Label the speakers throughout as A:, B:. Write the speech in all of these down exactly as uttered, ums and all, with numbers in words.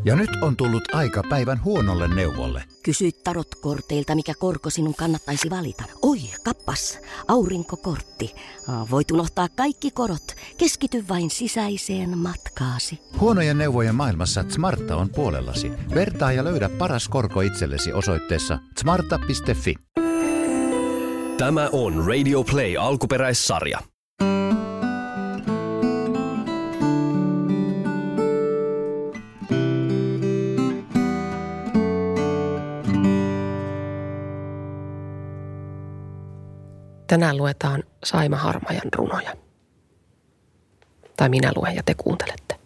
A: Ja nyt on tullut aika päivän huonolle neuvolle.
B: Kysy tarotkorteilta, mikä korko sinun kannattaisi valita. Oi, kappas, aurinkokortti. Voit unohtaa kaikki korot. Keskity vain sisäiseen matkaasi.
A: Huonojen neuvojen maailmassa Smarta on puolellasi. Vertaa ja löydä paras korko itsellesi osoitteessa smarta piste fi.
C: Tämä on Radio Play alkuperäissarja.
D: Tänään luetaan Saima Harmajan runoja. Tai minä luen ja te kuuntelette.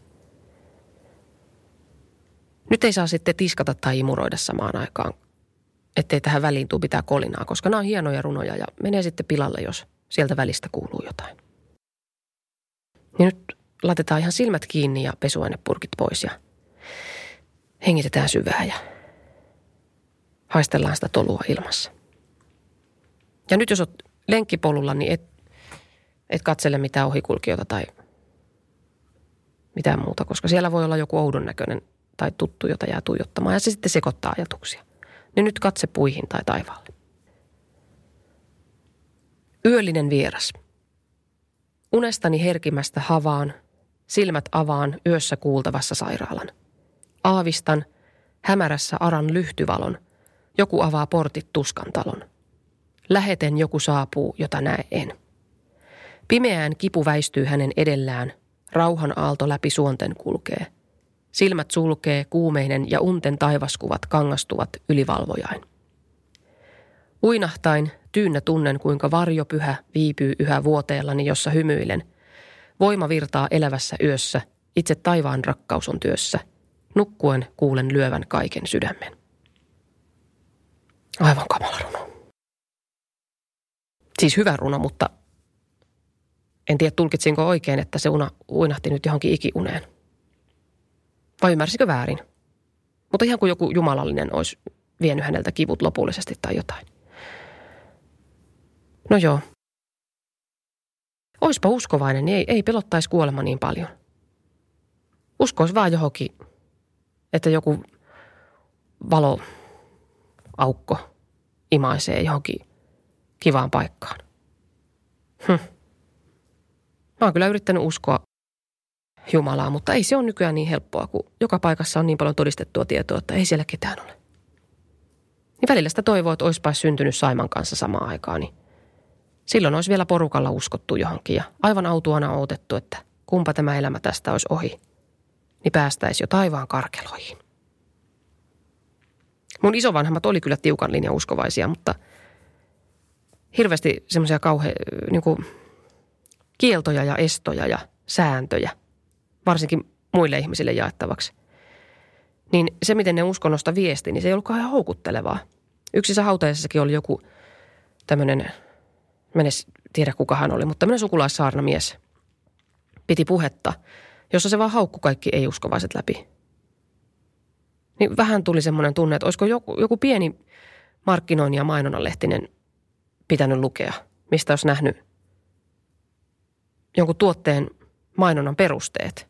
D: Nyt ei saa sitten tiskata tai imuroida samaan aikaan, ettei tähän väliin tule pitää kolinaa, koska nämä on hienoja runoja ja menee sitten pilalle, jos sieltä välistä kuuluu jotain. Ja nyt laitetaan ihan silmät kiinni ja pesuainepurkit pois ja hengitetään syvää ja haistellaan sitä tolua ilmassa. Ja nyt jos olet lenkkipolulla, niin et, et katsele mitään ohikulkijoita tai mitään muuta, koska siellä voi olla joku oudon näköinen tai tuttu, jota jää tuijottamaan ja se sitten sekoittaa ajatuksia. Niin nyt katse puihin tai taivaalle. Yöllinen vieras. Unestani herkimästä havaan, silmät avaan yössä kuultavassa sairaalan. Aavistan hämärässä aran lyhtyvalon, joku avaa portit tuskan talon. Läheten joku saapuu, jota näe en. Pimeään kipu väistyy hänen edellään, rauhan aalto läpi suonten kulkee. Silmät sulkee, kuumeinen ja unten taivaskuvat kangastuvat ylivalvojain. Uinahtain, tyynnä tunnen, kuinka varjopyhä viipyy yhä vuoteellani, jossa hymyilen. Voima virtaa elävässä yössä, itse taivaan rakkaus on työssä. Nukkuen kuulen lyövän kaiken sydämen. Aivan kamala runo. Siis hyvä runo, mutta en tiedä tulkitsinko oikein, että se una uinahti nyt johonkin ikiuneen. Vai ymmärsikö väärin? Mutta ihan kuin joku jumalallinen olisi vienyt häneltä kivut lopullisesti tai jotain. No joo. Oispa uskovainen, niin ei, ei pelottaisi kuolema niin paljon. Uskois vaan johonkin, että joku valoaukko imaisee johonkin kivaan paikkaan. Hm. Mä oon kyllä yrittänyt uskoa Jumalaa, mutta ei se ole nykyään niin helppoa, kun joka paikassa on niin paljon todistettua tietoa, että ei siellä ketään ole. Niin välillä sitä toivoo, että olisipa syntynyt Saiman kanssa samaan aikaan, niin silloin olisi vielä porukalla uskottu johonkin ja aivan autuana odotettu, että kumpa tämä elämä tästä olisi ohi, niin päästäisiin jo taivaan karkeloihin. Mun isovanhemmat oli kyllä tiukan linjan uskovaisia, mutta hirveästi semmoisia kauhean niin kuin kieltoja ja estoja ja sääntöjä, varsinkin muille ihmisille jaettavaksi. Niin se, miten ne uskonnosta viesti, niin se ei ollut kauhean houkuttelevaa. Yksissä hautajaisissakin oli joku tämmöinen, mä en edes tiedä kuka hän oli, mutta tämmöinen sukulaissaarnamies piti puhetta, jossa se vaan haukkui kaikki ei-uskovaiset läpi. Niin vähän tuli semmoinen tunne, että olisiko joku, joku pieni markkinoinnin ja mainonnanlehtinen pitänyt lukea, mistä olisi nähnyt jonkun tuotteen mainonnan perusteet,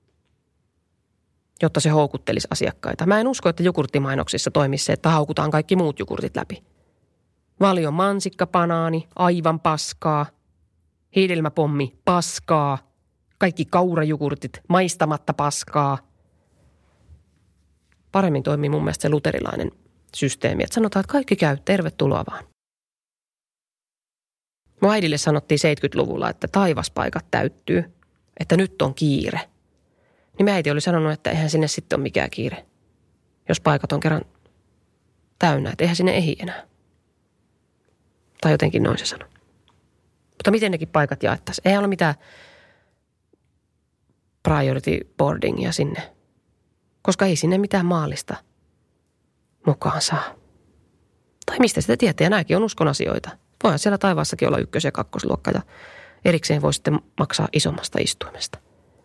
D: jotta se houkuttelisi asiakkaita. Mä en usko, että jogurttimainoksissa toimisi se, että haukutaan kaikki muut jogurtit läpi. Valion mansikka, banaani, aivan paskaa, hiidelmäpommi, paskaa, kaikki kaurajogurtit, maistamatta paskaa. Paremmin toimii mun mielestä se luterilainen systeemi, että sanotaan, että kaikki käy, tervetuloa vaan. Mun äidille sanottiin seitsemänkymmentäluvulla, että taivaspaikat täyttyy, että nyt on kiire. Niin äiti oli sanonut, että eihän sinne sitten ole mikään kiire, jos paikat on kerran täynnä, että eihän sinne ehdi enää. Tai jotenkin noin se sanoi. Mutta miten nekin paikat jaettaisiin? Eihän ole mitään priority boardingia sinne, koska ei sinne mitään maallista mukaan saa. Tai mistä sitä tietää, ja nämäkin on uskon asioita. Voihan siellä taivaassakin olla ykkös- ja kakkosluokka ja erikseen voi sitten maksaa isommasta istuimesta.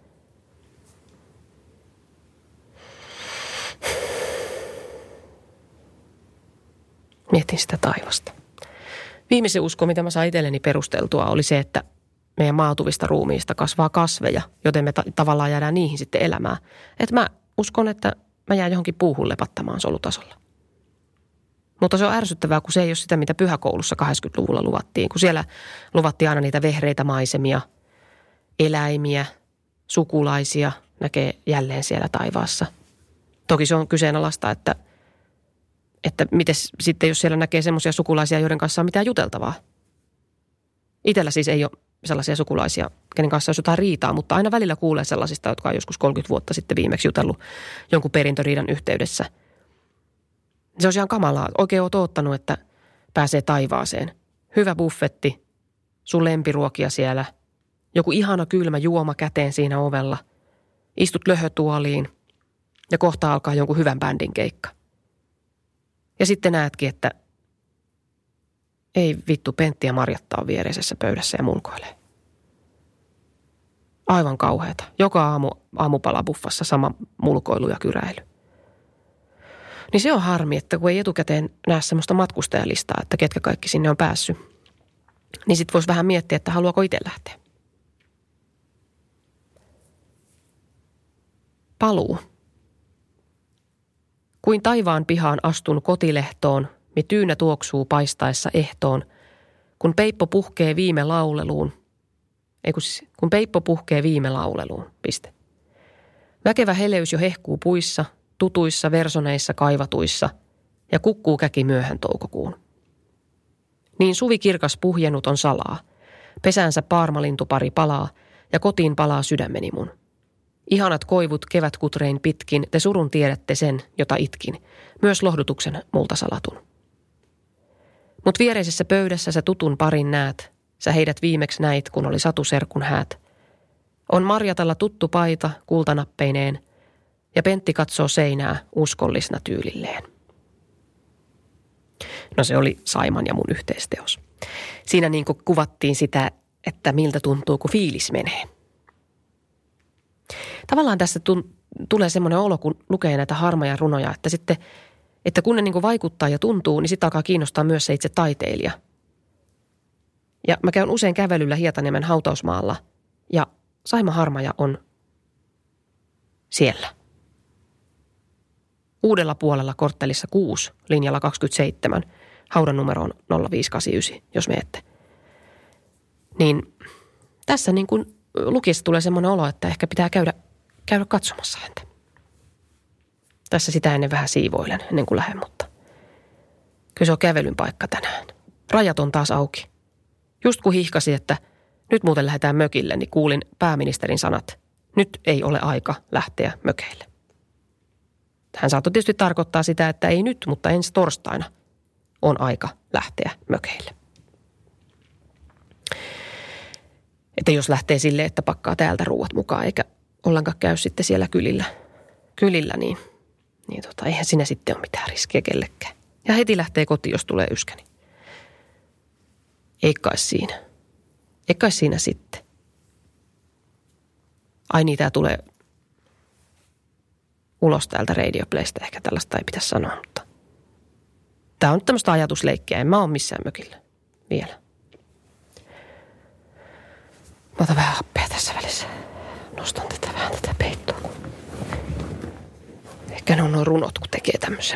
D: Mietin sitä taivasta. Viimeisen usko, mitä mä sain itselleni perusteltua, oli se, että meidän maatuvista ruumiista kasvaa kasveja, joten me ta- tavallaan jäädään niihin sitten elämään. Että mä uskon, että mä jään johonkin puuhun lepattamaan solutasolla. Mutta se on ärsyttävää, kun se ei ole sitä, mitä pyhäkoulussa kahdeksankymmentäluvulla luvattiin. Kun siellä luvattiin aina niitä vehreitä maisemia, eläimiä, sukulaisia näkee jälleen siellä taivaassa. Toki se on kyseenalaista, että, että miten sitten, jos siellä näkee semmoisia sukulaisia, joiden kanssa on mitään juteltavaa. Itellä siis ei ole sellaisia sukulaisia, kenen kanssa olisi jotain riitaa, mutta aina välillä kuulee sellaisista, jotka on joskus kolmekymmentä vuotta sitten viimeksi jutellut jonkun perintöriidan yhteydessä. Se on ihan kamalaa. Oikein oot oottanut, että pääsee taivaaseen. Hyvä buffetti, sun lempiruokia siellä, joku ihana kylmä juoma käteen siinä ovella. Istut löhötuoliin ja kohta alkaa jonkun hyvän bändin keikka. Ja sitten näetkin, että ei vittu, Pentti ja Marjatta on viereisessä pöydässä ja mulkoilee. Aivan kauheata. Joka aamu aamupalabuffassa sama mulkoilu ja kyräily. Niin se on harmi, että kun ei etukäteen näe semmoista matkustajalistaa, että ketkä kaikki sinne on päässyt, niin sit voisi vähän miettiä, että haluaako itse lähteä. Paluu. Kuin taivaan pihaan astun kotilehtoon, mi tyynä tuoksuu paistaessa ehtoon, kun peippo puhkee viime lauleluun. Ei kun siis, kun peippo puhkee viime lauleluun, piste. Väkevä heleys jo hehkuu puissa, tutuissa versoneissa kaivatuissa ja kukkuu käki myöhän toukokuun. Niin suvi kirkas puhjennut on salaa, pesänsä paarmalintupari palaa ja kotiin palaa sydämeni mun. Ihanat koivut kevätkutrein pitkin, te surun tiedätte sen, jota itkin, myös lohdutuksen multa salatun. Mut viereisessä pöydässä sä tutun parin näet, sä heidät viimeksi näit, kun oli satuserkun häät. On Marjatalla tuttu paita kultanappeineen, ja Pentti katsoo seinää uskollisena tyylilleen. No se oli Saiman ja mun yhteisteos. Siinä niin kuin kuvattiin sitä, että miltä tuntuu, kun fiilis menee. Tavallaan tässä tun- tulee semmoinen olo, kun lukee näitä harmaja runoja, että sitten, että kun ne niin kuin vaikuttaa ja tuntuu, niin sitten alkaa kiinnostaa myös se itse taiteilija. Ja mä käyn usein kävelyllä Hietaniemen hautausmaalla, ja Saima Harmaja on siellä. Uudella puolella korttelissa kuusi, linjalla kaksikymmentäseitsemän, haudan numero on nolla viisi kahdeksan yhdeksän, jos menette. Niin tässä niin kuin lukiessa tulee semmoinen olo, että ehkä pitää käydä, käydä katsomassa häntä. Tässä sitä ennen vähän siivoilen, ennen kuin lähden, mutta kyllä se on kävelyn paikka tänään. Rajat on taas auki. Just kun hihkasi, että nyt muuten lähdetään mökille, niin kuulin pääministerin sanat. Nyt ei ole aika lähteä mökeille. Hän saattoi tietysti tarkoittaa sitä, että ei nyt, mutta ensi torstaina on aika lähteä mökeille. Että jos lähtee silleen, että pakkaa täältä ruuat mukaan, eikä ollenkaan käy sitten siellä kylillä, kylillä niin, niin tota, eihän siinä sitten ole mitään riskiä kellekään. Ja heti lähtee kotiin, jos tulee yskäni. Ei kai siinä. Ei kai siinä sitten. Ai niin, tää tulee ulos täältä Radio Playstä. Ehkä tällaista ei pitäisi sanoa, mutta tää on nyt tämmöistä ajatusleikkiä. En mä ole missään mökillä vielä. Mä otan vähän happea tässä välissä. Nostan tätä vähän tätä peittoa. Ehkä ne on nuo runot, kun tekee tämmöisen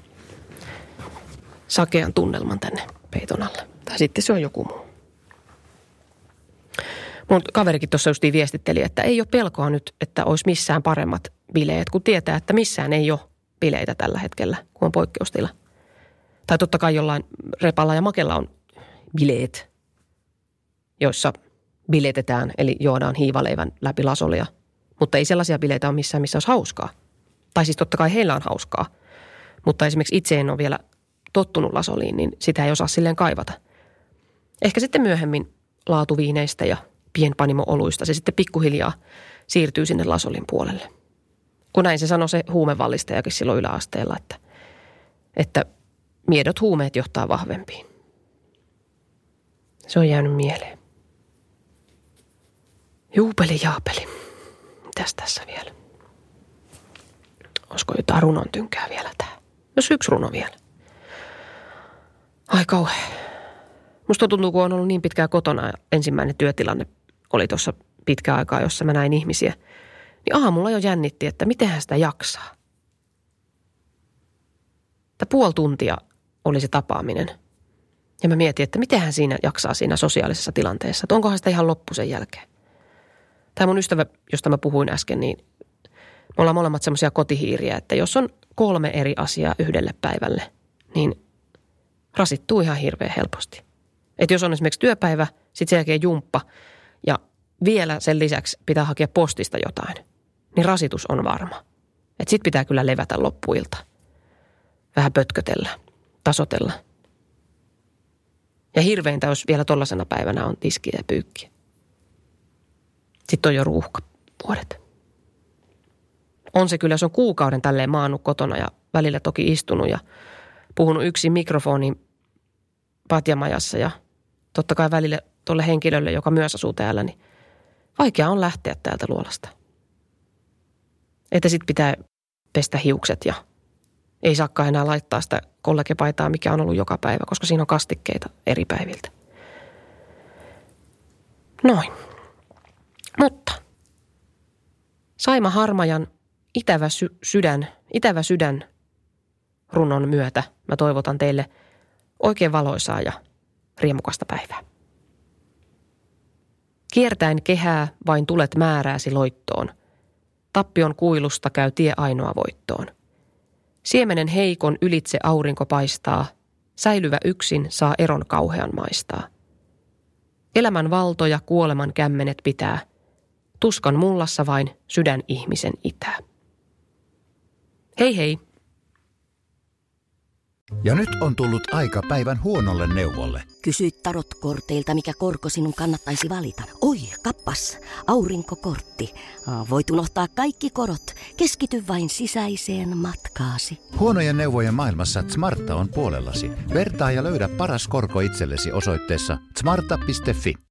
D: sakean tunnelman tänne peiton alle. Tai sitten se on joku muu. Mun kaverikin tuossa justiin viestitteli, että ei ole pelkoa nyt, että olisi missään paremmat bileet, kun tietää, että missään ei ole bileitä tällä hetkellä, kun on poikkeustila. Tai totta kai jollain Repalla ja Makella on bileet, joissa biletetään, eli juodaan hiivaleivän läpi lasolia. Mutta ei sellaisia bileitä ole missään, missä olisi hauskaa. Tai siis totta kai heillä on hauskaa. Mutta esimerkiksi itse en ole vielä tottunut lasoliin, niin sitä ei osaa silleen kaivata. Ehkä sitten myöhemmin laatuviineistä ja pienpanimo-oluista se sitten pikkuhiljaa siirtyy sinne lasolin puolelle. Kun näin se sanoi se huumevallistajakin silloin yläasteella, että, että miedot huumeet johtaa vahvempiin. Se on jäänyt mieleen. Juupeli jaapeli. Mitäs tässä vielä? Olisiko jotain runon tynkää vielä tähän? Jos yksi runo vielä. Ai kauhea. Musta tuntuu, kun on ollut niin pitkään kotona ja ensimmäinen työtilanne oli tuossa pitkä aikaa, jossa mä näin ihmisiä. Niin aamulla jo jännitti, että mitenhän sitä jaksaa. Että puoli tuntia oli se tapaaminen. Ja mä mietin, että mitenhän siinä jaksaa siinä sosiaalisessa tilanteessa. Että onkohan sitä ihan loppu sen jälkeen. Tämä mun ystävä, josta mä puhuin äsken, niin me ollaan molemmat semmoisia kotihiiriä, että jos on kolme eri asiaa yhdelle päivälle, niin rasittuu ihan hirveän helposti. Että jos on esimerkiksi työpäivä, sitten sen jälkeen jumppa ja vielä sen lisäksi pitää hakea postista jotain, niin rasitus on varma. Että sit pitää kyllä levätä loppuilta. Vähän pötkötellä, tasotella. Ja hirveintä, jos vielä tollasena päivänä on tiskiä ja pyykkiä. Sitten on jo ruuhkavuodet. On se kyllä, jos on kuukauden tälleen maannut kotona ja välillä toki istunut ja puhunut yksin mikrofoniin patjamajassa ja totta kai välillä tuolle henkilölle, joka myös asuu täällä, niin vaikea on lähteä täältä luolasta. Että sitten pitää pestä hiukset ja ei saakaan enää laittaa sitä kollegepaitaa, mikä on ollut joka päivä, koska siinä on kastikkeita eri päiviltä. Noin. Mutta Saima Harmajan Itävä sy- sydän, Itävä sydän runon myötä mä toivotan teille oikein valoisaa ja riemukasta päivää. Kiertäen kehää vain tulet määrääsi loittoon. Tappion kuilusta käy tie ainoa voittoon. Siemenen heikon ylitse aurinko paistaa, säilyvä yksin saa eron kauhean maistaa. Elämän valto ja kuoleman kämmenet pitää, tuskan mullassa vain sydän ihmisen itää. Hei hei!
A: Ja nyt on tullut aika päivän huonolle neuvolle.
B: Kysy tarotkorteilta, mikä korko sinun kannattaisi valita. Oi, kappas, aurinkokortti. Voit unohtaa kaikki korot. Keskity vain sisäiseen matkaasi.
A: Huonojen neuvojen maailmassa Smarta on puolellasi. Vertaa ja löydä paras korko itsellesi osoitteessa smarta piste fi.